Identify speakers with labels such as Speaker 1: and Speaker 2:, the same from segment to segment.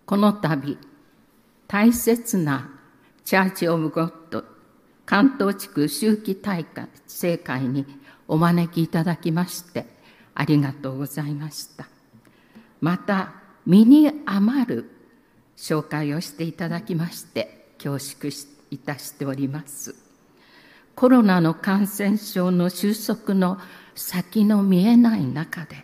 Speaker 1: この度、大切なチャーチ・オブ・ゴッド関東地区秋季大会盛会にお招きいただきましてありがとうございました。また身に余る紹介をしていただきまして恐縮いたしております。コロナの感染症の収束の先の見えない中で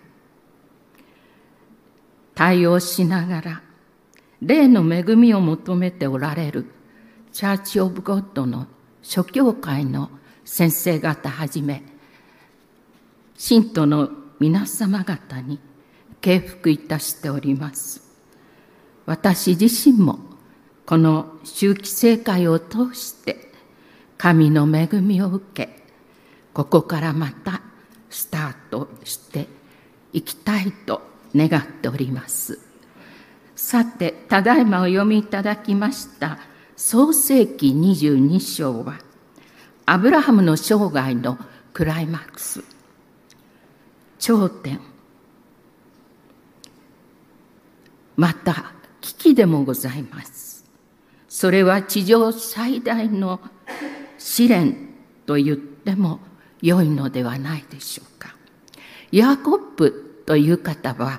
Speaker 1: 対応しながら霊の恵みを求めておられるチャーチ・オブ・ゴッドの諸教会の先生方はじめ信徒の皆様方に敬服いたしております。私自身もこの秋季盛会を通して神の恵みを受け、ここからまたスタートしていきたいと願っております。さて、ただいまお読みいただきました創世記22章はアブラハムの生涯のクライマックス、頂点、また危機でもございます。それは地上最大の試練と言っても良いのではないでしょうか。ヤコブという方は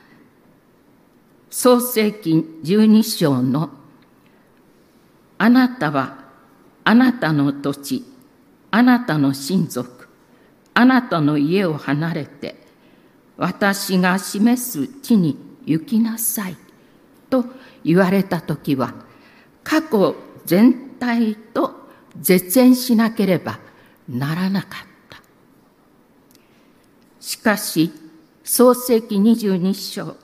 Speaker 1: 創世記12章のあなたはあなたの土地、あなたの親族、あなたの家を離れて私が示す地に行きなさいと言われたときは過去全体と絶縁しなければならなかった。しかし創世記22章、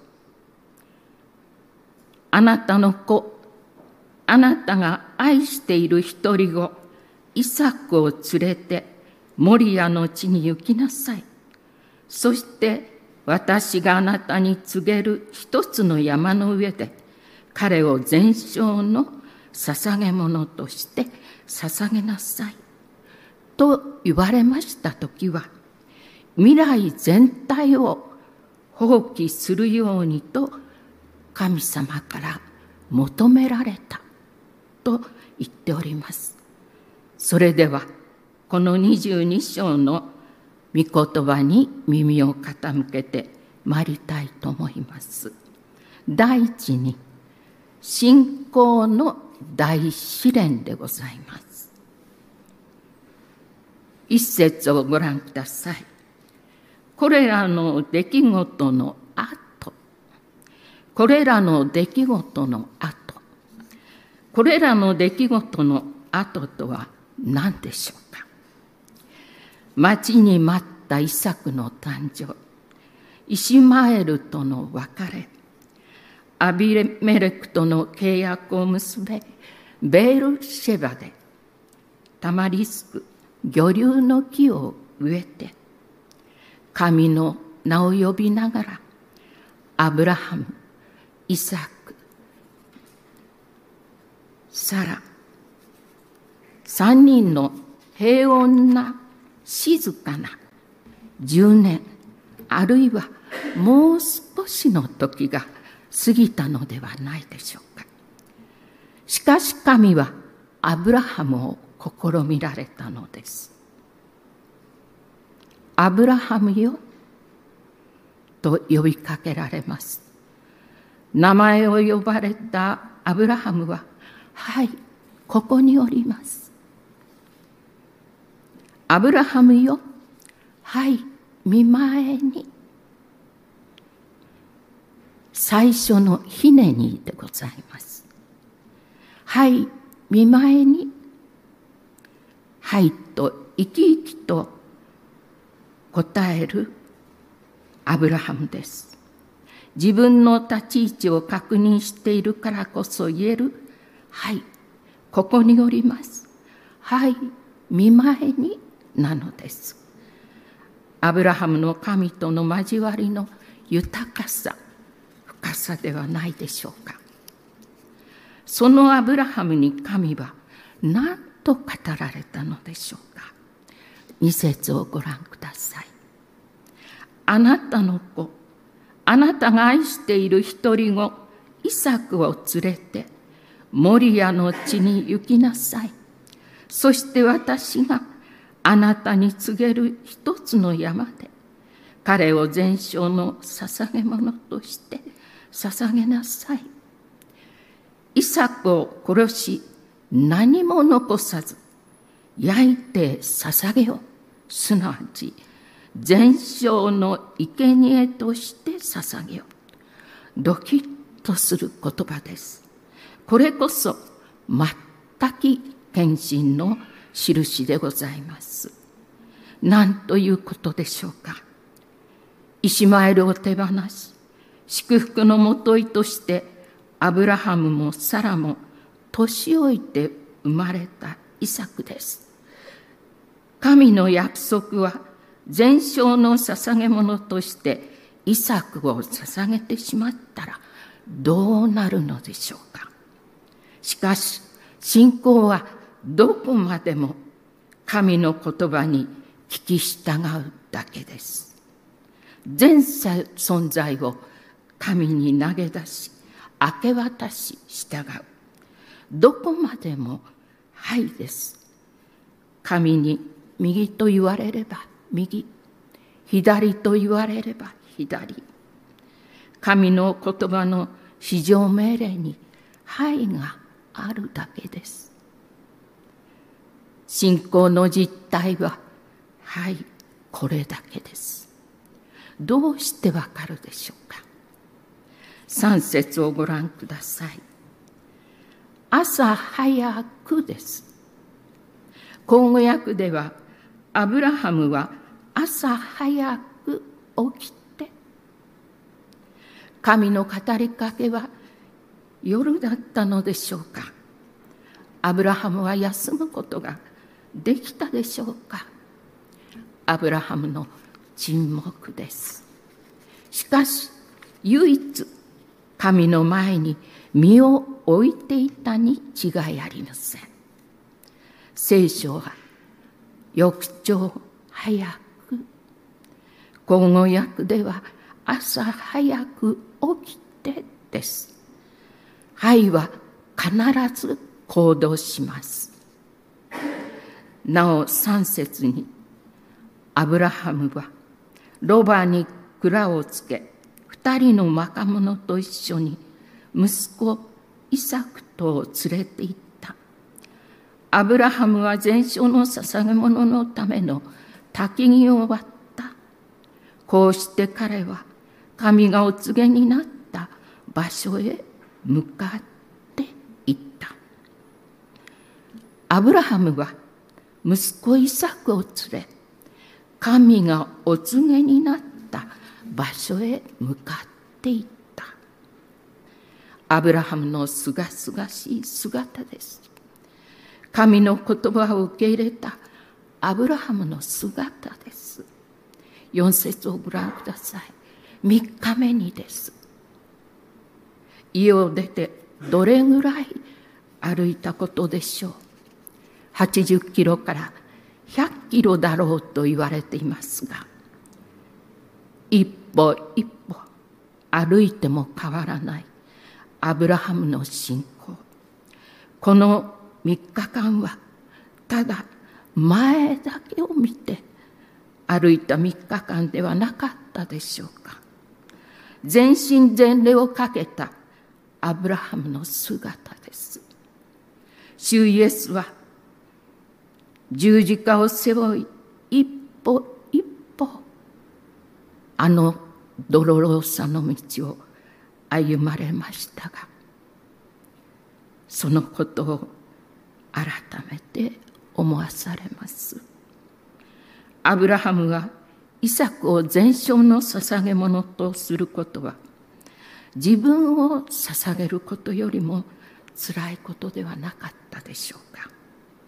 Speaker 1: あなたの子、あなたが愛している一人子イサクを連れてモリアの地に行きなさい。そして私があなたに告げる一つの山の上で彼を全焼の捧げ物として捧げなさいと言われましたときは、未来全体を放棄するようにと神様から求められたと言っております。それではこの22章の御言葉に耳を傾けてまいりたいと思います。第一に信仰の大試練でございます。一節をご覧ください。これらの出来事の後、これらの出来事の後、これらの出来事の後とは何でしょうか。待ちに待ったイサクの誕生、イシマエルとの別れ、アビメレクとの契約を結べ、ベールシェバでタマリスク、魚流の木を植えて、神の名を呼びながら、アブラハム、イサク、サラ、3人の平穏な静かな10年、あるいはもう少しの時が過ぎたのではないでしょうか。しかし神はアブラハムを試みられたのです。アブラハムよと呼びかけられます。名前を呼ばれたアブラハムは、はい、ここにおります。アブラハムよ、はい、見前に。最初のひねにでございます。はい、見前に。はいと生き生きと答えるアブラハムです。自分の立ち位置を確認しているからこそ言える、はい、ここにおります。はい、見前になのです。アブラハムの神との交わりの豊かさ、深さではないでしょうか。そのアブラハムに神は何と語られたのでしょうか。2節をご覧ください。あなたの子、あなたが愛している一人子イサクを連れてモリアの地に行きなさい。そして私があなたに告げる一つの山で彼を全焼の捧げ物として捧げなさい。イサクを殺し何も残さず焼いて捧げよ。すなわち全焼の生贄として捧げよ。ドキッとする言葉です。これこそ全く献身の印でございます。何ということでしょうか。イシマエルを手放し、祝福のもといとしてアブラハムもサラも年老いて生まれたイサクです。神の約束は全焼の捧げ物としてイサクを捧げてしまったらどうなるのでしょうか。しかし信仰はどこまでも神の言葉に聞き従うだけです。全存在を神に投げ出し明け渡し従う。どこまでもはいです。神に右と言われれば右、左と言われれば左。神の言葉の至上命令にはいがあるだけです。信仰の実態ははい、これだけです。どうしてわかるでしょうか。3節をご覧ください。朝早くです。口語訳ではアブラハムは朝早く起きて、神の語りかけは夜だったのでしょうか。アブラハムは休むことができたでしょうか。アブラハムの沈黙です。しかし唯一神の前に身を置いていたに違いありません。聖書は翌朝早く、口語訳では朝早く起きてです。はいは必ず行動します。なお3節にアブラハムはロバに鞍をつけ2人の若者と一緒に息子イサクとを連れて行った。アブラハムは全焼の捧げ物のための焚き木を割った。こうして彼は神がお告げになった場所へ向かっていった。アブラハムは息子イサクを連れ、神がお告げになった場所へ向かっていった。アブラハムのすがすがしい姿です。神の言葉を受け入れたアブラハムの姿です。4節をご覧ください。3日目にです。家を出てどれぐらい歩いたことでしょう。80キロから100キロだろうと言われていますが、一歩一歩歩いても変わらないアブラハムの信仰。この3日間はただ前だけを見て歩いた3日間ではなかったでしょうか。全身全霊をかけたアブラハムの姿です。主イエスは十字架を背負い一歩一歩あのドロローサの道を歩まれましたが、そのことを改めて思わされます。アブラハムはイサクを全焼の捧げ物とすることは、自分を捧げることよりも辛いことではなかったでしょうか。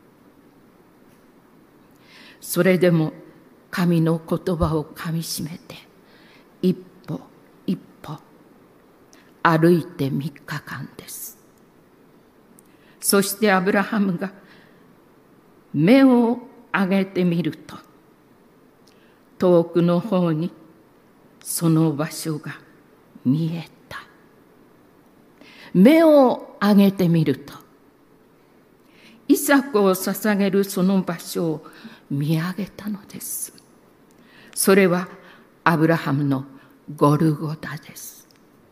Speaker 1: それでも神の言葉をかみしめて一歩一歩歩いて3日間です。そしてアブラハムが目を上げてみると、遠くの方にその場所が見えた。 目を上げてみると、イサクを捧げるその場所を見上げたのです。それはアブラハムのゴルゴタです。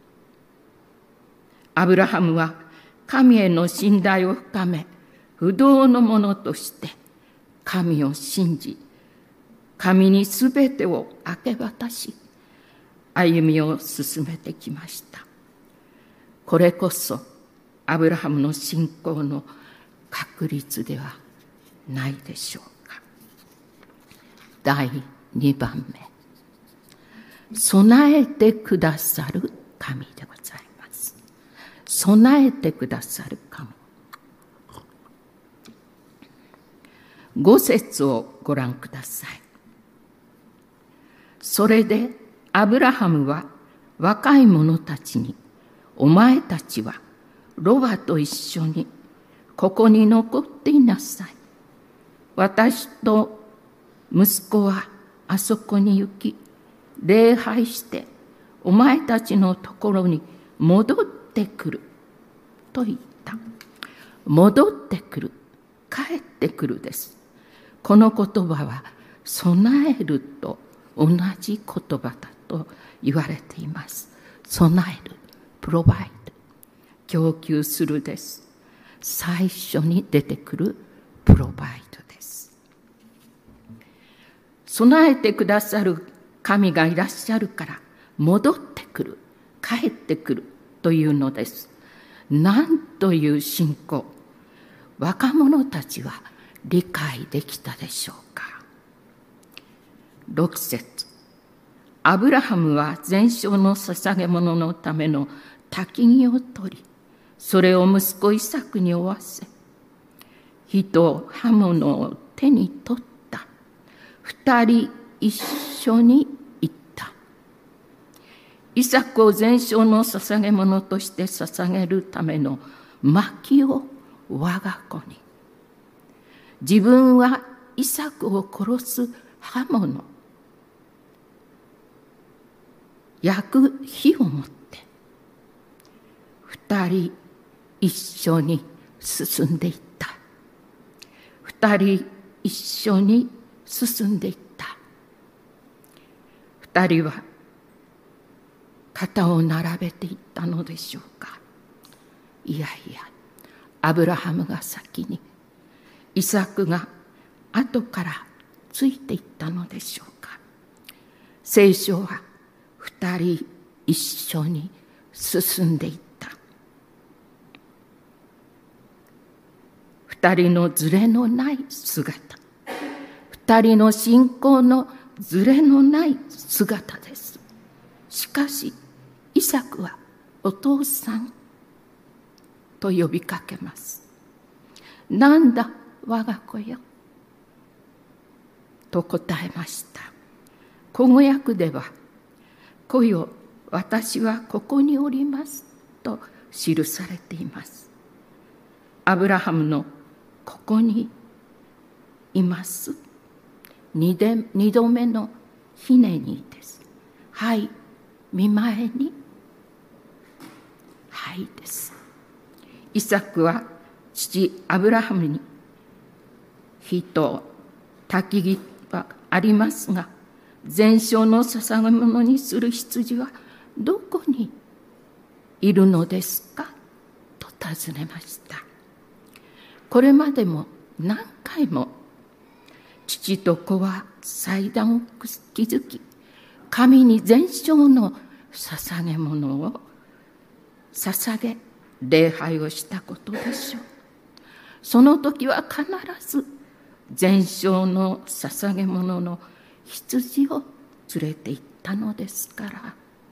Speaker 1: アブラハムは神への信頼を深め、不動のものとして神を信じ、神にすべてを明け渡し、歩みを進めてきました。これこそアブラハムの信仰の確率ではないでしょうか。第2番目、備えてくださる神でございます。備えてくださる神。5節をご覧ください。それでアブラハムは若い者たちに、お前たちはロバと一緒にここに残っていなさい。私と息子はあそこに行き、礼拝してお前たちのところに戻ってくると言った。戻ってくる、帰ってくるです。この言葉は備えると同じ言葉だと言われています。備える、プロバイド、供給するです。最初に出てくるプロバイドです。備えてくださる神がいらっしゃるから戻ってくる、帰ってくるというのです。なんという信仰、若者たちは理解できたでしょうか。6節、アブラハムは全焼の捧げ物のための焚き木を取り、それを息子イサクに負わせ、火と刃物を手に取った。二人一緒に行った。イサクを全焼の捧げ物として捧げるための薪を我が子に、自分はイサクを殺す刃物、焼く火を持って二人一緒に進んでいった。二人一緒に進んでいった。二人は肩を並べていったのでしょうか。いやいや、アブラハムが先に、イサクが後からついていったのでしょうか。聖書は二人一緒に進んでいった。二人のズレのない姿、二人の信仰のズレのない姿です。しかしイサクはお父さんと呼びかけます。なんだ我が子よと答えました。口語訳では、子よ私はここにおりますと記されています。アブラハムのここにいます。二度目のひねにです。はい、見前にはいです。イサクは父アブラハムに、火と焚き木はありますが、全焼の捧げ物にする羊はどこにいるのですかと尋ねました。これまでも何回も父と子は祭壇を築き、神に全焼の捧げ物を捧げ礼拝をしたことでしょう。その時は必ず全焼の捧げ物の羊を連れて行ったのですから。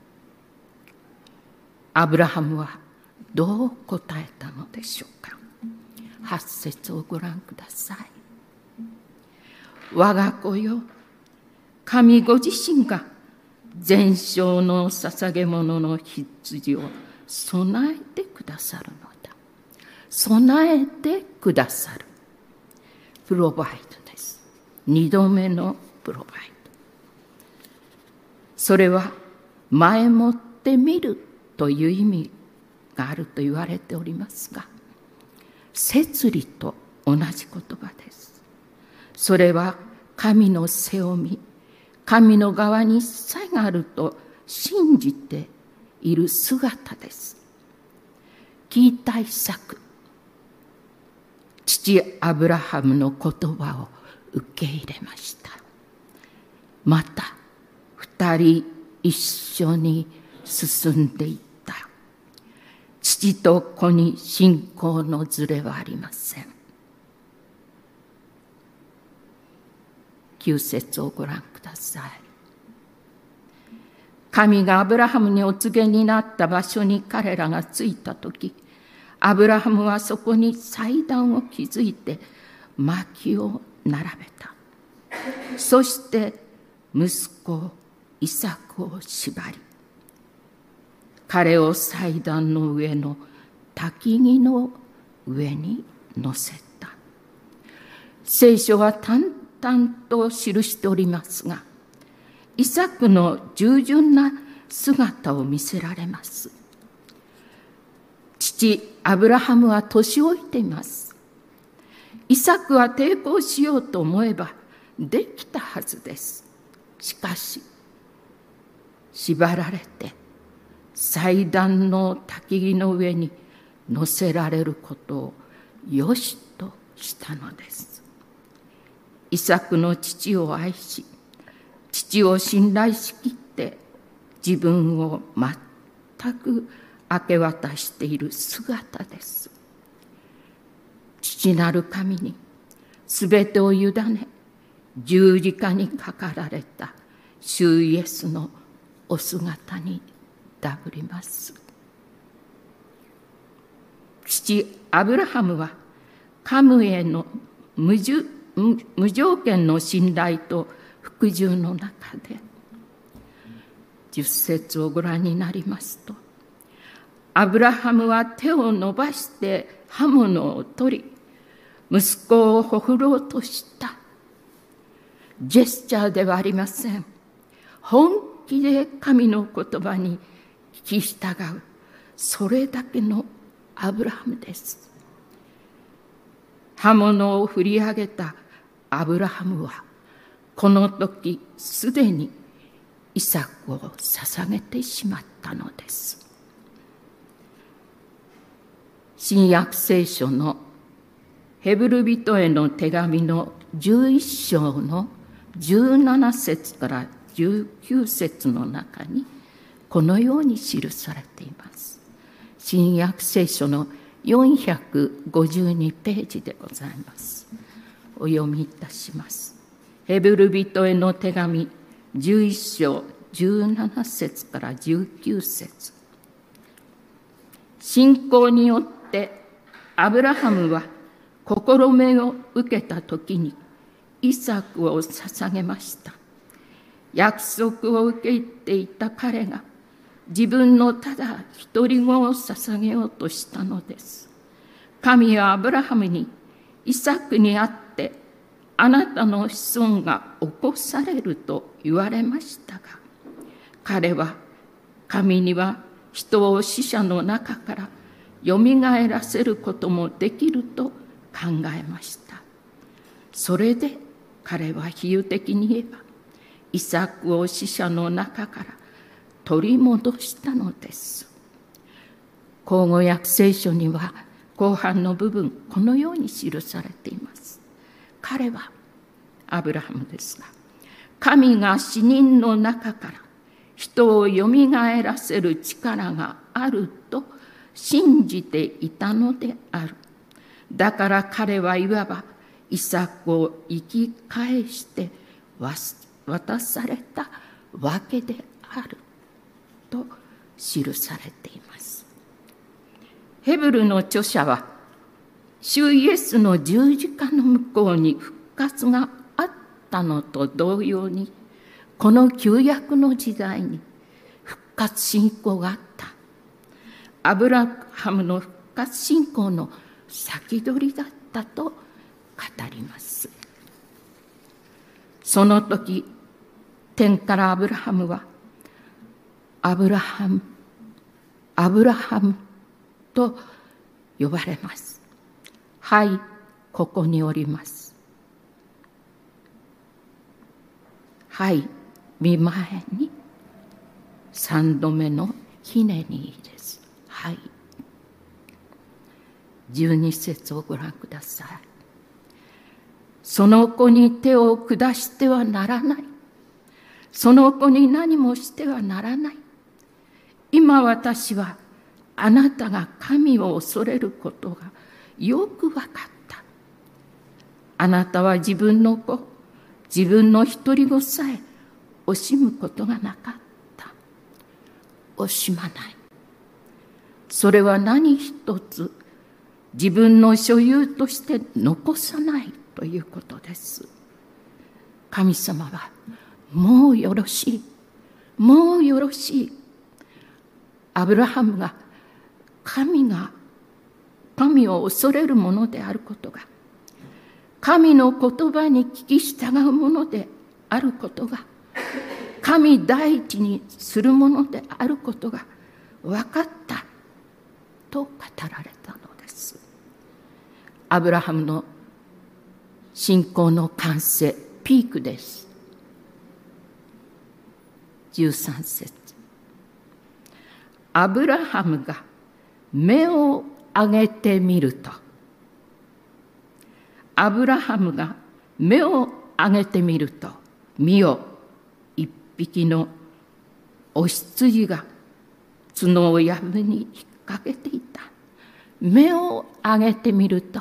Speaker 1: アブラハムはどう答えたのでしょうか。8節をご覧ください。我が子よ、神ご自身が全焼の捧げ物の羊を備えてくださるのだ。備えてくださる。プロバイドです。2度目のプロバイド。それは前もって見るという意味があると言われておりますが、摂理と同じ言葉です。それは神の背を見、神の側に一切があると信じている姿です。聞いたイサク、父アブラハムの言葉を受け入れました。また二人一緒に進んでいった。父と子に信仰のずれはありません。9節をご覧ください。神がアブラハムにお告げになった場所に彼らが着いたとき、アブラハムはそこに祭壇を築いて薪を並べた。そして息子イサクを縛り、彼を祭壇の上の焚き木の上に乗せた。聖書は淡々と記しておりますが、イサクの従順な姿を見せられます。父アブラハムは年老いています。イサクは抵抗しようと思えばできたはずです。しかし縛られて祭壇の焚き木の上に乗せられることをよしとしたのです。イサクの父を愛し、父を信頼しきって自分を全く明け渡している姿です。父なる神にすべてを委ね、十字架にかかられた主イエスのお姿にダブります。父アブラハムは神への無条件の信頼と服従の中で、10節をご覧になりますと、アブラハムは手を伸ばして刃物を取り、息子をほふろうとした。ジェスチャーではありません。本気で神の言葉に聞き従う、それだけのアブラハムです。刃物を振り上げたアブラハムは、この時すでにイサクを捧げてしまったのです。新約聖書のヘブル人への手紙の11章の17節から19節の中にこのように記されています。新約聖書の452ページでございます。お読みいたします。ヘブル人への手紙11章17節から19節。信仰によってアブラハムは試みを受けたときにイサクを捧げました。約束を受け入っていた彼が自分のただ一人子を捧げようとしたのです。神はアブラハムにイサクにあってあなたの子孫が起こされると言われましたが、彼は神には人を死者の中からよみがえらせることもできると考えました。それで彼は比喩的に言えばイサクを死者の中から取り戻したのです。口語訳聖書には後半の部分このように記されています。彼はアブラハムですが、神が死人の中から人をよみがえらせる力があると信じていたのである。だから彼はいわばイサクを生き返して渡されたわけであると記されています。ヘブルの著者は主イエスの十字架の向こうに復活があったのと同様に、この旧約の時代に復活信仰があった。アブラハムの復活信仰の先取りだったと語ります。その時、天からアブラハムは、アブラハム、アブラハムと呼ばれます。はい、ここにおります。はい、見前に3度目のひねりです。はい。12節をご覧ください。その子に手を下してはならない。その子に何もしてはならない。今私はあなたが神を恐れることがよく分かった。あなたは自分の子、自分の独り子さえ惜しむことがなかった。惜しまない。それは何一つ自分の所有として残さないということです。神様はもうよろしい、もうよろしい。アブラハムが神を恐れるものであることが、神の言葉に聞き従うものであることが、神第一にするものであることが分かったと語られたのです。アブラハムの信仰の完成、ピークです。13節。アブラハムが目を上げてみると、アブラハムが目を上げてみると、見よ、一匹のお羊が角をやぶに引っ掛けていた。目を上げてみると、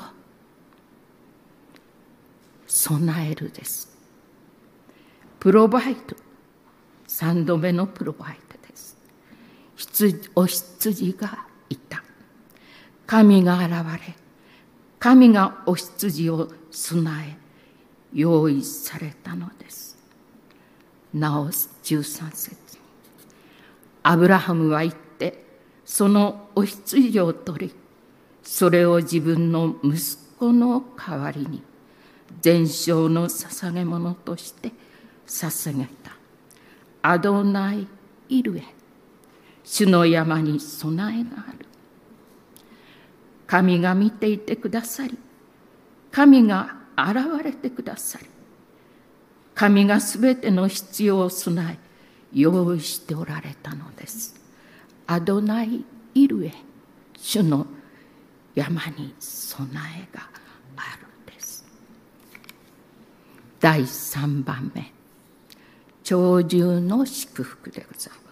Speaker 1: 備えるです。プロバイド、3度目のプロバイドです。お羊がいた。神が現れ、神がお羊を備え、用意されたのです。なお13節。アブラハムは言って、そのお羊を取り、それを自分の息子の代わりに、全焼の捧げ物として捧げた。アドナイイルへ、主の山に備えがある。神が見ていてくださり、神が現れてくださり、神がすべての必要を備え、用意しておられたのです。アドナイイルへ、主の山に備えがあるんです。第3番目、鳥獣の祝福でございます。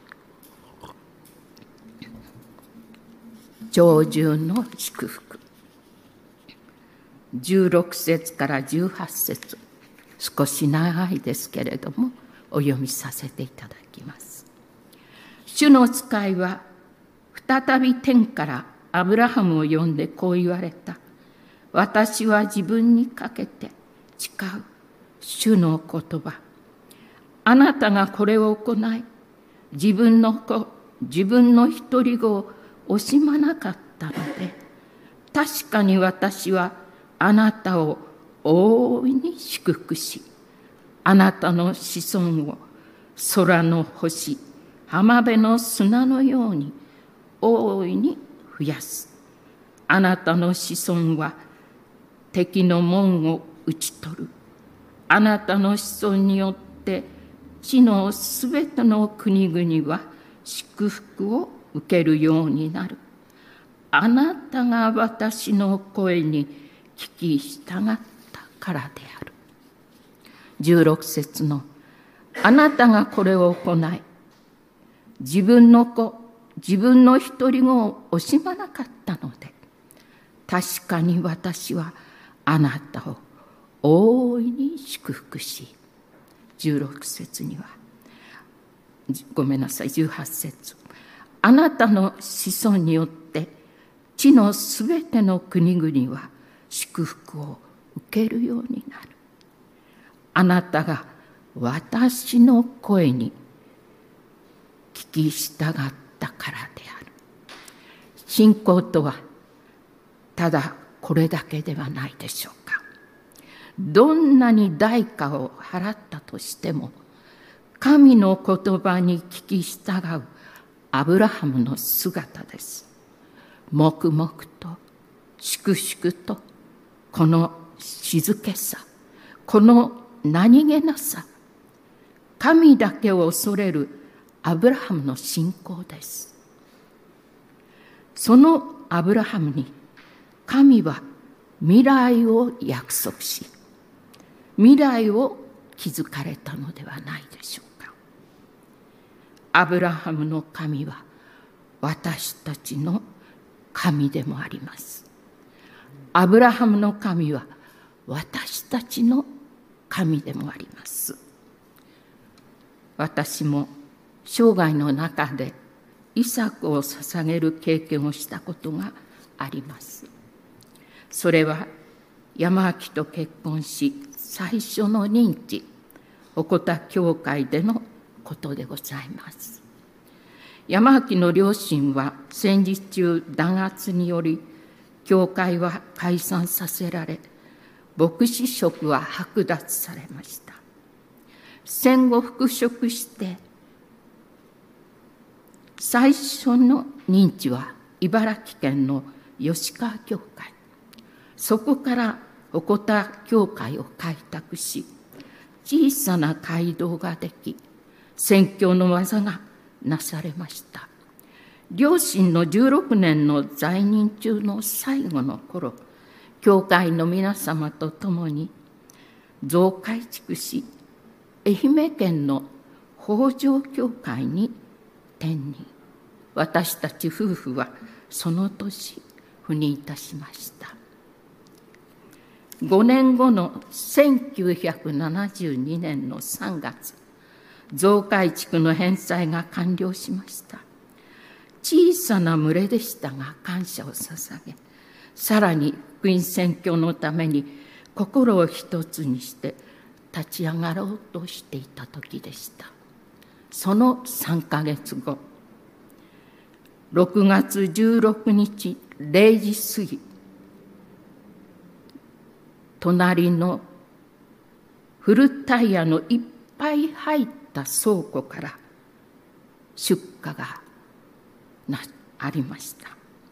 Speaker 1: 鳥獣の祝福。16節から18節、少し長いですけれどもお読みさせていただきます。主の使いは再び天からアブラハムを呼んでこう言われた。私は自分にかけて誓う主の言葉。あなたがこれを行い、自分の子、自分の独り子を惜しまなかったので、確かに私はあなたを大いに祝福し、あなたの子孫を空の星、浜辺の砂のように大いに増やす。あなたの子孫は敵の門を打ち取る。あなたの子孫によって地のすべての国々は祝福を受けるようになる。あなたが私の声に聞き従ったからである。16節のあなたがこれを行い、自分の子、自分の独り子を惜しまなかったので、確かに私はあなたを大いに祝福し、16節には、18節。あなたの子孫によって地のすべての国々は祝福を受けるようになる。あなたが私の声に聞き従ったからである。信仰とはただこれだけではないでしょうか。どんなに代価を払ったとしても、神の言葉に聞き従うアブラハムの姿です。 黙々と粛々と、この静けさ、この何気なさ、神だけを恐れるアブラハムの信仰です。そのアブラハムに神は未来を約束し、未来を築かれたのではないでしょうか。アブラハムの神は私たちの神でもあります。アブラハムの神は私たちの神でもあります。私も生涯の中でイサクを捧げる経験をしたことがあります。それは山脇と結婚し最初の任地、鉾田教会でのことでございます。山脇の両親は戦時中弾圧により教会は解散させられ、牧師職は剥奪されました。戦後復職して最初の任地は茨城県の吉川教会、そこから鉾田教会を開拓し、小さな街道ができ、宣教の技がなされました。両親の16年の在任中の最後の頃、教会の皆様と共に増改築し、愛媛県の北条教会に転任。私たち夫婦はその年赴任いたしました。5年後の1972年の3月、増改築の返済が完了しました。小さな群れでしたが感謝を捧げ、さらに福音宣教のために心を一つにして立ち上がろうとしていた時でした。その3ヶ月後、6月16日0時過ぎ、隣のフルタイヤのいっぱい入った倉庫から出火がありました。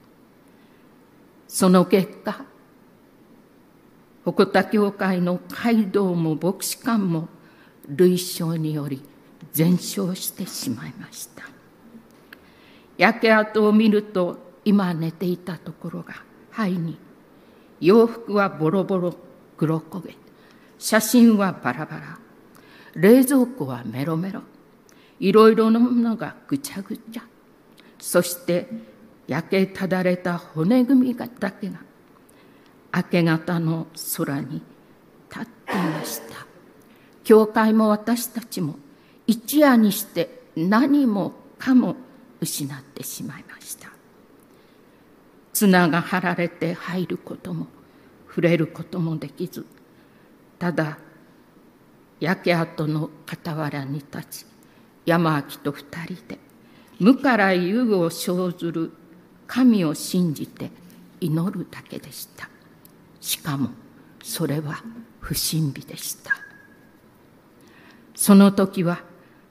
Speaker 1: その結果、鉾田教会の街道も牧師館も類焼により全焼してしまいました。焼け跡を見ると、今寝ていたところが灰に、洋服はボロボロ黒焦げ、写真はバラバラ、冷蔵庫はメロメロ、いろいろなものがぐちゃぐちゃ、そして焼けただれた骨組みだけが明け方の空に立っていました。教会も私たちも一夜にして何もかも失ってしまいました。綱が張られて入ることも触れることもできず、ただ焼け跡の傍らに立ち、山脇と二人で無から有を生ずる神を信じて祈るだけでした。しかもそれは不審火でした。その時は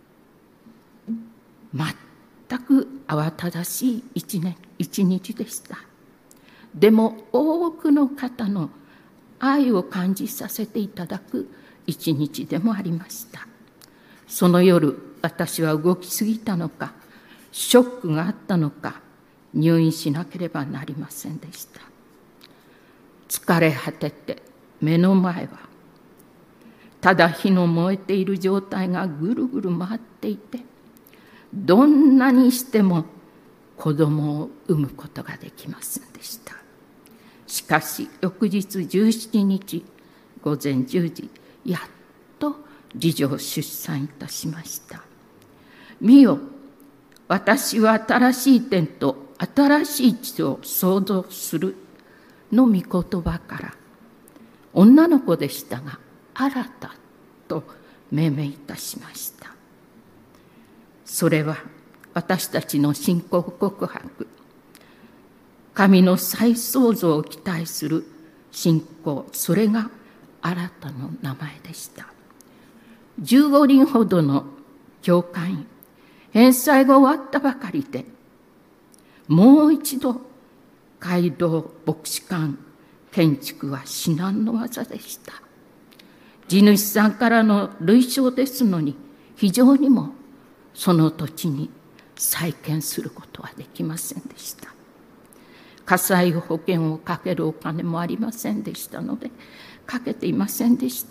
Speaker 1: 全く慌ただしい一日でした。でも多くの方の愛を感じさせていただく一日でもありました。その夜、私は動きすぎたのか、ショックがあったのか、入院しなければなりませんでした。疲れ果てて目の前はただ火の燃えている状態がぐるぐる回っていて、どんなにしても子供を産むことができませんでした。しかし翌日17日午前10時、やっと次女を出産いたしました。見よ、私は新しい天と新しい地を創造するの御言葉から、女の子でしたが新たと命名いたしました。それは私たちの信仰告白、神の再創造を期待する信仰、それが新たの名前でした。15人ほどの教会員、返済が終わったばかりで、もう一度街道牧師館建築は至難の業でした。地主さんからの類償ですのに、非常にもその土地に再建することはできませんでした。火災保険をかけるお金もありませんでしたので、かけていませんでした。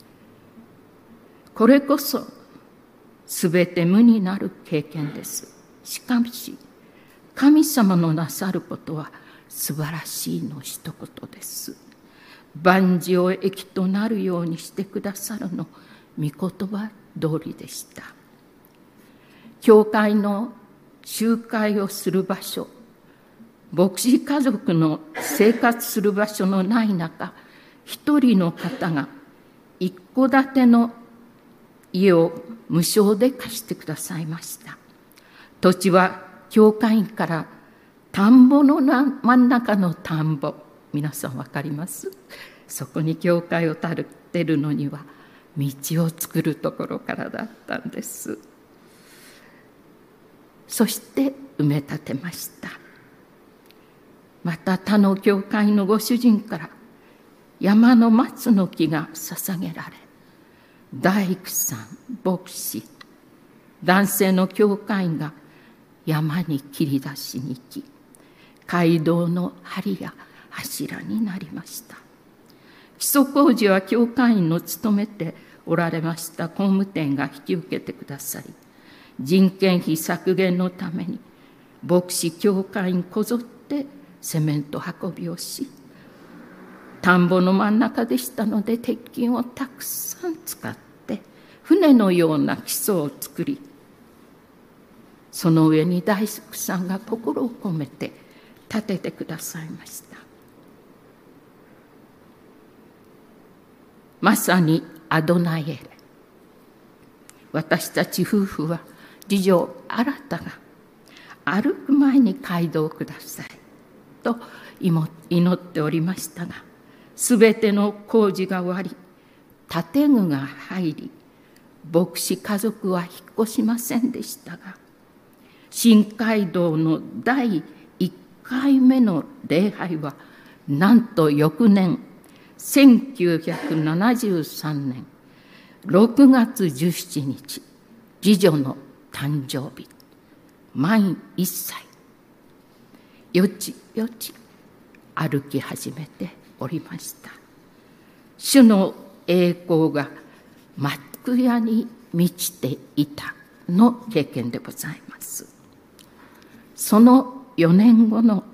Speaker 1: これこそすべて無になる経験です。しかし、神様のなさることは素晴らしいの一言です。万事を益となるようにしてくださるの御言葉通りでした。教会の集会をする場所、牧師家族の生活する場所のない中、一人の方が一戸建ての家を無償で貸してくださいました。土地は教会員から田んぼの真ん中の田んぼ、皆さんわかります？そこに教会を建てるのには道を作るところからだったんです。そして埋め立てました。また他の教会のご主人から山の松の木が捧げられ、大工さん、牧師、男性の教会員が山に切り出しに行き、街道の梁や柱になりました。基礎工事は教会員の務めておられました工務店が引き受けてくださり、人件費削減のために牧師教会員こぞってセメント運びをし、田んぼの真ん中でしたので鉄筋をたくさん使って船のような基礎を作り、その上に大工さんが心を込めて建ててくださいました。まさにアドナイエレ。私たち夫婦は次女新が歩く前に街道をくださいと祈っておりましたが、すべての工事が終わり、建具が入り、牧師家族は引っ越しませんでしたが、新街道の第1回目の礼拝はなんと翌年1973年6月17日、次女の誕生日、満1歳、よちよち歩き始めておりました。主の栄光が幕屋に満ちていたの経験でございます。その4年後の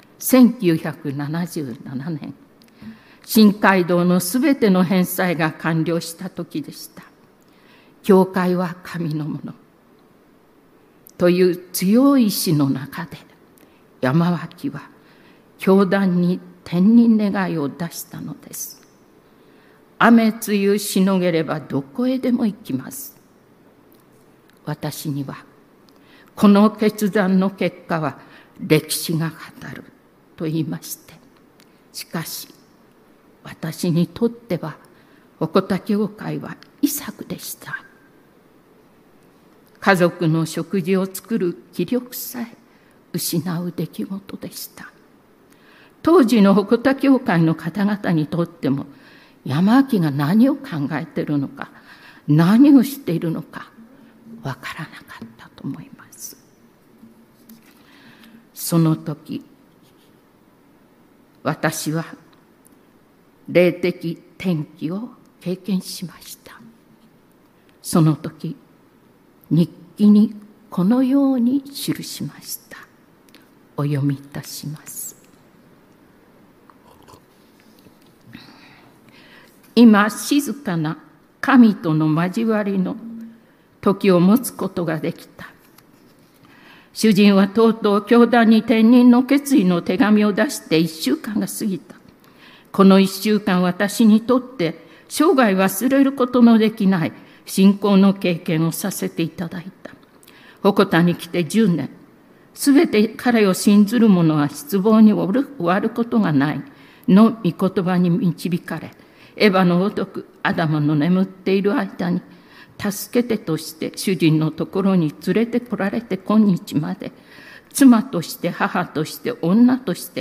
Speaker 1: 1977年、新街道のすべての返済が完了した時でした。教会は神のものという強い意志の中で、山脇は教団に転任願いを出したのです。雨露しのげればどこへでも行きます。私にはこの決断の結果は歴史が語ると言いまして、しかし私にとっては鉾田教会は遺作でした。家族の食事を作る気力さえ失う出来事でした。当時の鉾田教会の方々にとっても、山脇が何を考えているのか、何をしているのかわからなかったと思います。その時、私は霊的転機を経験しました。その時、日記にこのように記しました。お読みいたします。今、静かな神との交わりの時を持つことができた。主人はとうとう教団に転任の決意の手紙を出して1週間が過ぎた。この1週間、私にとって生涯忘れることのできない信仰の経験をさせていただいた。鉾田に来て10年、すべて彼を信ずる者は失望に終わることがないの御言葉に導かれ、エヴァのごとくアダムの眠っている間に助けてとして主人のところに連れてこられて今日まで、妻として母として女として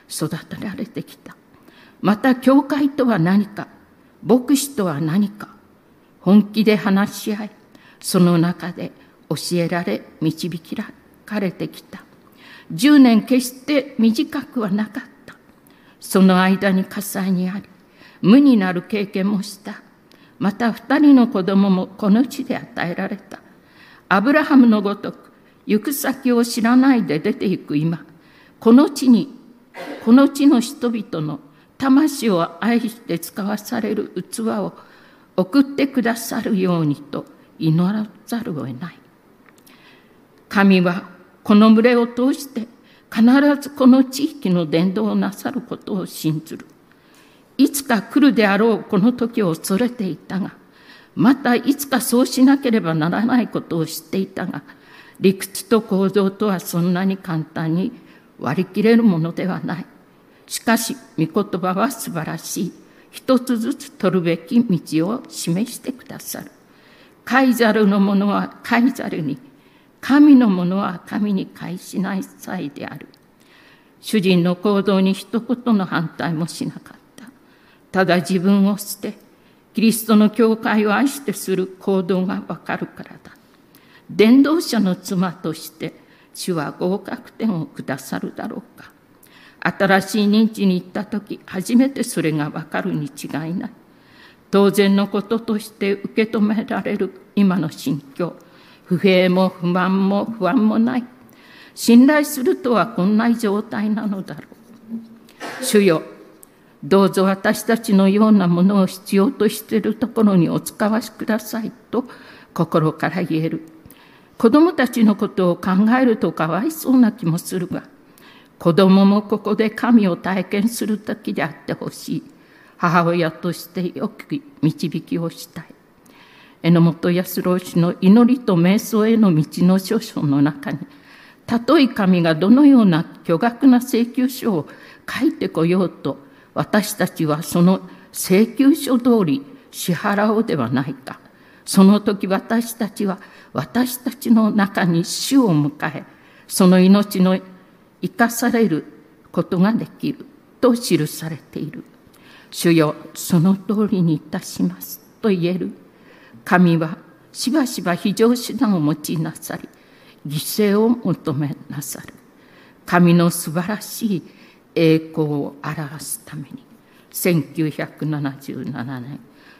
Speaker 1: 育てられてきた。また教会とは何か、牧師とは何か、本気で話し合い、その中で教えられ導かれてきた。10年決して短くはなかった。その間に火災にあり、無になる経験もした。また2人の子供もこの地で与えられた。アブラハムのごとく、行く先を知らないで出ていく今、この地の人々の魂を愛して使わされる器を送ってくださるようにと祈らざるを得ない。神はこの群れを通して必ずこの地域の伝道をなさることを信ずる。いつか来るであろうこの時を恐れていたが、またいつかそうしなければならないことを知っていたが、理屈と行動とはそんなに簡単に割り切れるものではない。しかし、御言葉は素晴らしい。一つずつ取るべき道を示してくださる。カイザルのものはカイザルに、神のものは神に返しなさいである。主人の行動に一言の反対もしなかった。ただ自分を捨て、キリストの教会を愛してする行動がわかるからだ。伝道者の妻として主は合格点をくださるだろうか。新しい認知に行ったとき、初めてそれがわかるに違いない。当然のこととして受け止められる今の心境、不平も不満も不安もない。信頼するとはこんな状態なのだろう。主よ、どうぞ私たちのようなものを必要としているところにお使わしくださいと心から言える。子供たちのことを考えるとかわいそうな気もするが、子供もここで神を体験する時であってほしい。母親としてよく導きをしたい。榎本安郎氏の祈りと瞑想への道の書書の中に、たとえ神がどのような巨額な請求書を書いてこようと、私たちはその請求書通り支払おうではないか。その時私たちは私たちの中に主を迎え、その命の生かされることができると記されている。主よ、その通りにいたしますと言える。神はしばしば非常手段を用いなさり、犠牲を求めなさる。神の素晴らしい栄光を表すために、1977年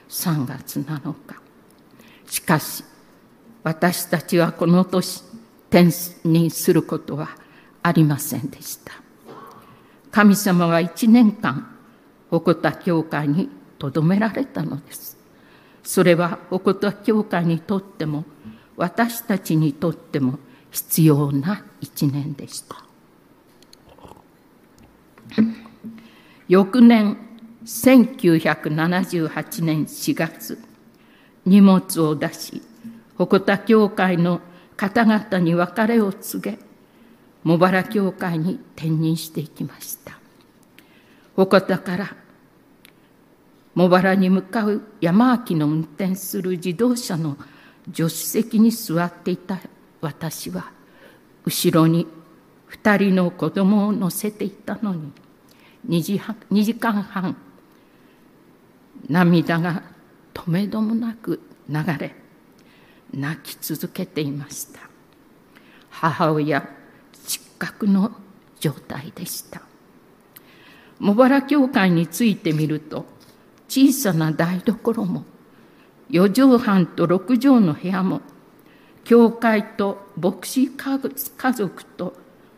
Speaker 1: 3月7日。しかし、私たちはこの年、転任することはありませんでした。神様は1年間、鉾田教会に留められたのです。それは鉾田教会にとっても、私たちにとっても必要な1年でした。翌年、1978年4月、荷物を出し、鉾田教会の方々に別れを告げ、茂原教会に転任していきました。鉾田から茂原に向かう山脇の運転する自動車の助手席に座っていた私は、後ろに2人の子供を乗せていたのに、2時間半、涙が止めどもなく流れ、泣き続けていました。母親失格の状態でした。茂原教会についてみると、小さな台所も、4畳半と6畳の部屋も、教会と牧師家族と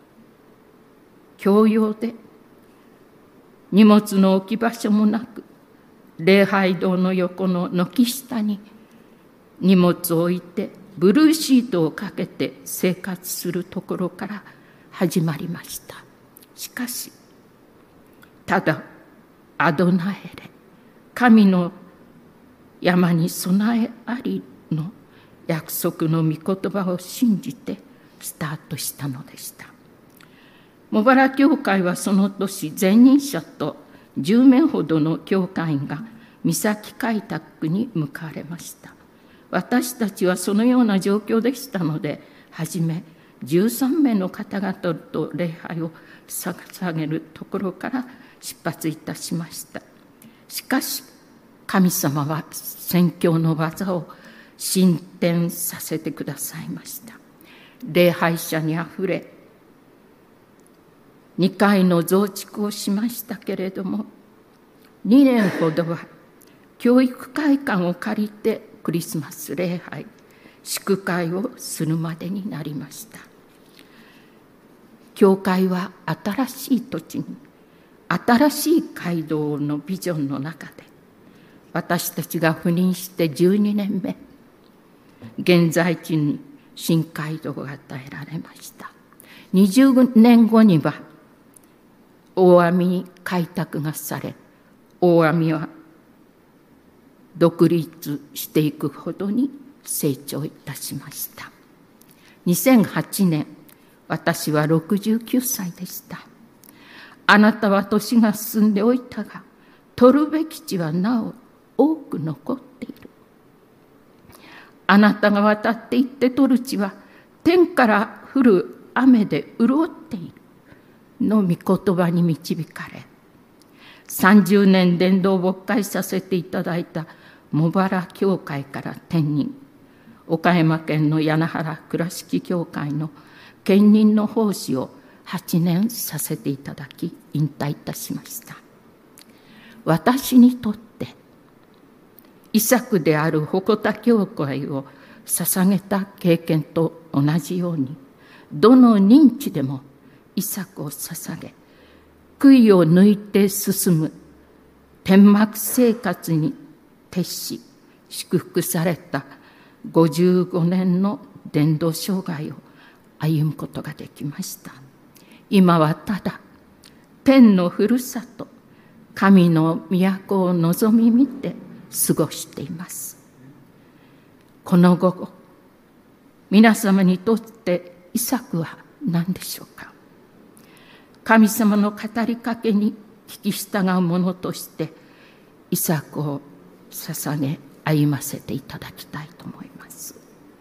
Speaker 1: 共用で、荷物の置き場所もなく、礼拝堂の横の軒下に荷物を置いてブルーシートをかけて生活するところから始まりました。しかし、ただアドナエレ、神の山に備えありの約束の御言葉を信じてスタートしたのでした。茂原教会はその年、前任者と10名ほどの教会員が岬開拓に向かわれました。私たちはそのような状況でしたので、はじめ 13名の方々と礼拝を捧げるところから出発いたしました。しかし神様は宣教の技を進展させてくださいました。礼拝者にあふれ、2回の増築をしましたけれども、2年ほどは教育会館を借りてクリスマス礼拝、祝会をするまでになりました。教会は新しい土地に、新しい街道のビジョンの中で、私たちが赴任して12年目、現在地に新街道が与えられました。20年後には大網に開拓がされ、大網は独立していくほどに成長いたしました。2008年、私は69歳でした。あなたは年が進んでおいたが、取るべき地はなお多く残っている。あなたが渡って行って取る地は、天から降る雨で潤っているの御言葉に導かれ、30年伝道を牧会させていただいた茂原教会から転任、岡山県の柳原倉敷教会の兼任の奉仕を8年させていただき、引退いたしました。私にとってイサクである鉾田教会を捧げた経験と同じように、どの任地でもイサクを捧げ、悔いを抜いて進む天幕生活に徹し、祝福された55年の伝道生涯を歩むことができました。今はただ天のふるさと、神の都を望み見て過ごしています。この午後、皆様にとってイサクは何でしょうか。神様の語りかけに聞き従う者としてイサクを捧げ歩ませていただきたいと思います。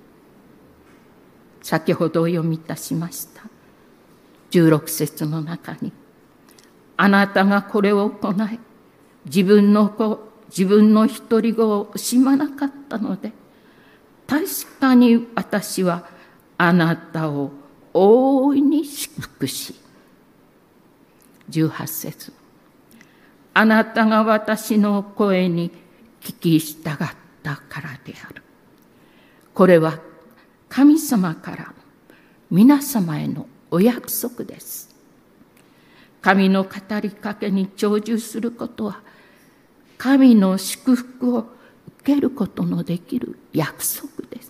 Speaker 1: 先ほどお読みいたしました16節の中に、あなたがこれを行い、自分の独り子を惜しまなかったので、確かに私はあなたを大いに祝福し、18節、あなたが私の声に聞き従ったからである。これは神様から皆様へのお約束です。神の語りかけに長寿することは、神の祝福を受けることのできる約束です。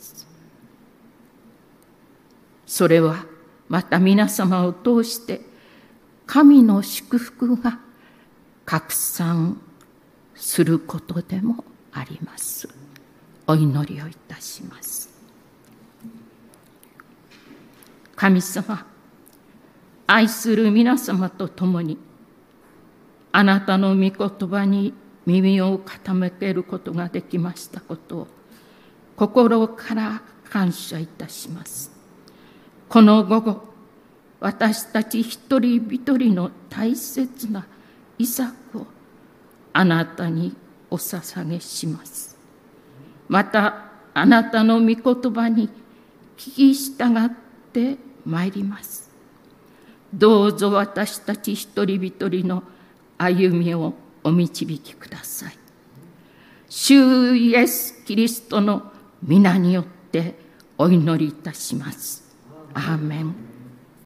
Speaker 1: それはまた皆様を通して神の祝福が拡散することでもあります。お祈りをいたします。神様、愛する皆様と共にあなたの御言葉に耳を傾けることができましたことを心から感謝いたします。この午後、私たち一人一人の大切なイサクをあなたにお捧げします。またあなたの御言葉に聞き従ってまいります。どうぞ私たち一人一人の歩みをお導きください。主イエス・キリストの皆によってお祈りいたします。アーメン。